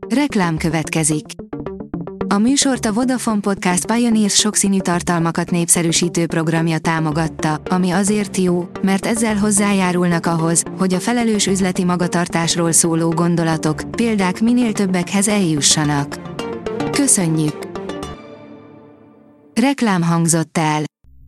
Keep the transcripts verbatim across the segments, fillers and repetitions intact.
Reklám következik. A műsort a Vodafone Podcast Pioneers sokszínű tartalmakat népszerűsítő programja támogatta, ami azért jó, mert ezzel hozzájárulnak ahhoz, hogy a felelős üzleti magatartásról szóló gondolatok, példák minél többekhez eljussanak. Köszönjük! Reklám hangzott el.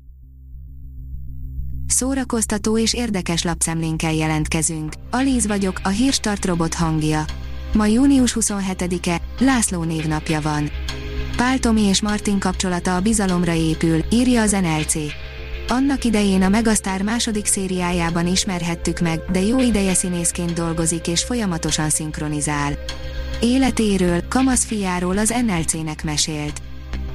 Szórakoztató és érdekes lapszemlénkkel jelentkezünk. Alíz vagyok, a Hírstart robot hangja. Ma június huszonhetedike, László névnapja van. Pál Tomi és Martin kapcsolata a bizalomra épül, írja az en el cé. Annak idején a Megasztár második szériájában ismerhettük meg, de jó ideje színészként dolgozik és folyamatosan szinkronizál. Életéről, kamasz fiáról az en el cé-nek mesélt.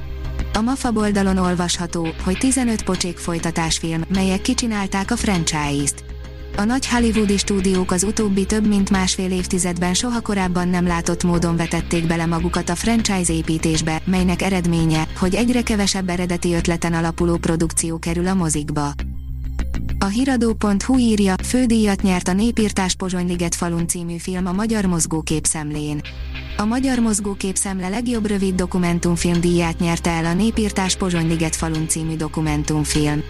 A Mafab oldalon olvasható, hogy tizenöt pocsék folytatásfilm, melyek kicsinálták a franchise-t. A nagy hollywoodi stúdiók az utóbbi több mint másfél évtizedben soha korábban nem látott módon vetették bele magukat a franchise építésbe, melynek eredménye, hogy egyre kevesebb eredeti ötleten alapuló produkció kerül a mozikba. A hiradó pont hu írja, fődíjat nyert a Népirtás Pozsonyliget falun című film a Magyar Mozgóképszemlén. A Magyar Mozgóképszemle legjobb rövid dokumentumfilm díját nyerte el a Népirtás Pozsonyliget falun című dokumentumfilm.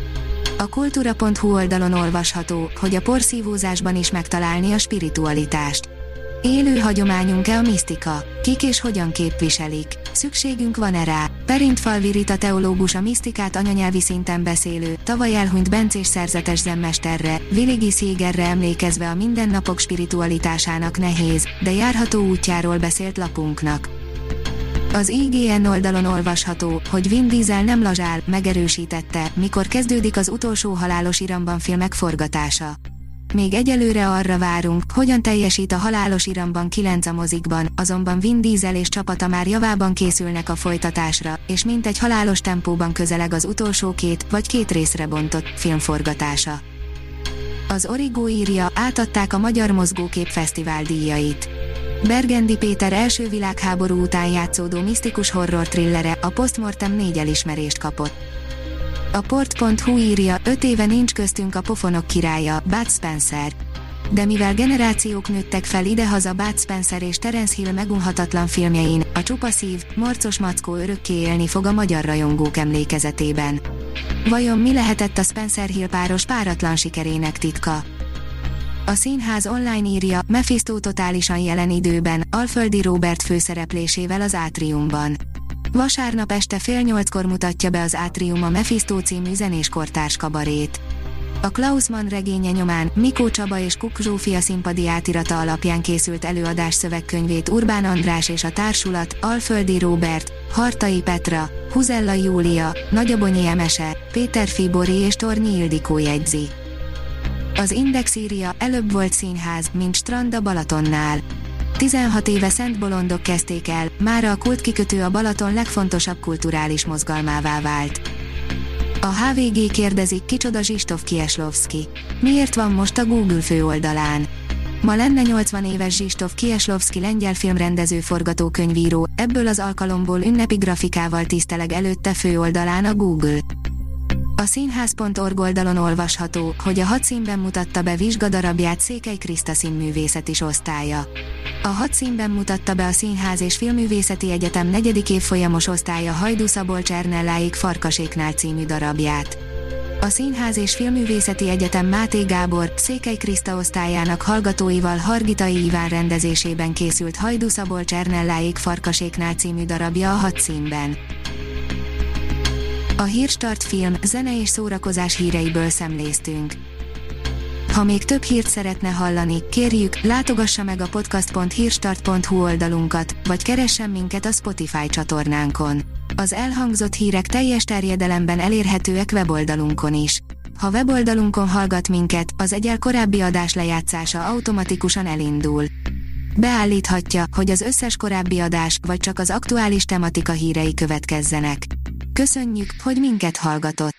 A kultúra pont hu oldalon olvasható, hogy a porszívózásban is megtalálni a spiritualitást. Élő hagyományunk-e a misztika? Kik és hogyan képviselik? Szükségünk van-e rá? Perintfalvi Rita teológus a misztikát anyanyelvi szinten beszélő, tavaly elhunyt bencés szerzetes zenmesterre, Willy Seegerre emlékezve a mindennapok spiritualitásának nehéz, de járható útjáról beszélt lapunknak. Az i gé en oldalon olvasható, hogy Vin Diesel nem lazsál, megerősítette, mikor kezdődik az Utolsó halálos iramban filmek forgatása. Még egyelőre arra várunk, hogyan teljesít a Halálos iramban kilenc a mozikban, azonban Vin Diesel és csapata már javában készülnek a folytatásra, és mintegy halálos tempóban közeleg az utolsó két, vagy két részre bontott film forgatása. Az Origo írja, átadták a Magyar Mozgókép Fesztivál díjait. Bergendi Péter első világháború után játszódó misztikus horror thrillere, a Postmortem négy elismerést kapott. A port pont hu írja, öt éve nincs köztünk a pofonok királya, Bud Spencer. De mivel generációk nőttek fel idehaza Bud Spencer és Terence Hill megunhatatlan filmjein, a csupa szív, morcos mackó örökké élni fog a magyar rajongók emlékezetében. Vajon mi lehetett a Spencer-Hill páros páratlan sikerének titka? A Színház online írja, Mephisto totálisan jelen időben, Alföldi Róbert főszereplésével az Átriumban. Vasárnap este fél nyolckor mutatja be az Átrium a Mephisto című zenés kortárs kabarét. A Klaus Mann regénye nyomán Mikó Csaba és Kuk Zsófia színpadi átirata alapján készült előadás szövegkönyvét Urbán András és a társulat, Alföldi Róbert, Hartai Petra, Huzella Júlia, Nagyabonyi Emese, Péter Fibori és Tornyi Ildikó jegyzi. Az Index írja, előbb volt színház, mint strand a Balatonnál. tizenhat éve Szent Bolondok kezdték el, mára a kultkikötő a Balaton legfontosabb kulturális mozgalmává vált. A há vé gé kérdezik, kicsoda Zsistóf Kieslowski. Miért van most a Google főoldalán? Ma lenne nyolcvan éves Zsistóf Kieslowski lengyel filmrendező forgatókönyvíró, ebből az alkalomból ünnepi grafikával tiszteleg előtte főoldalán a Google. A színház pont org oldalon olvasható, hogy a hadszínben mutatta be vizsgadarabját Székely Kriszta színművészeti osztálya. A hadszínben mutatta be a Színház és Filmművészeti Egyetem negyedik évfolyamos osztálya Hajdú Szabolcs Ernelláék Farkaséknál című darabját. A Színház és Filmművészeti Egyetem Máté Gábor, Székely Kriszta osztályának hallgatóival Hargitai Iván rendezésében készült Hajdú Szabolcs Ernelláék Farkaséknál című darabja a hadszínben. A Hírstart film, zene és szórakozás híreiből szemléztünk. Ha még több hírt szeretne hallani, kérjük, látogassa meg a podcast pont hírstart pont hu oldalunkat, vagy keressen minket a Spotify csatornánkon. Az elhangzott hírek teljes terjedelemben elérhetőek weboldalunkon is. Ha weboldalunkon hallgat minket, az egyel korábbi adás lejátszása automatikusan elindul. Beállíthatja, hogy az összes korábbi adás, vagy csak az aktuális tematika hírei következzenek. Köszönjük, hogy minket hallgatott!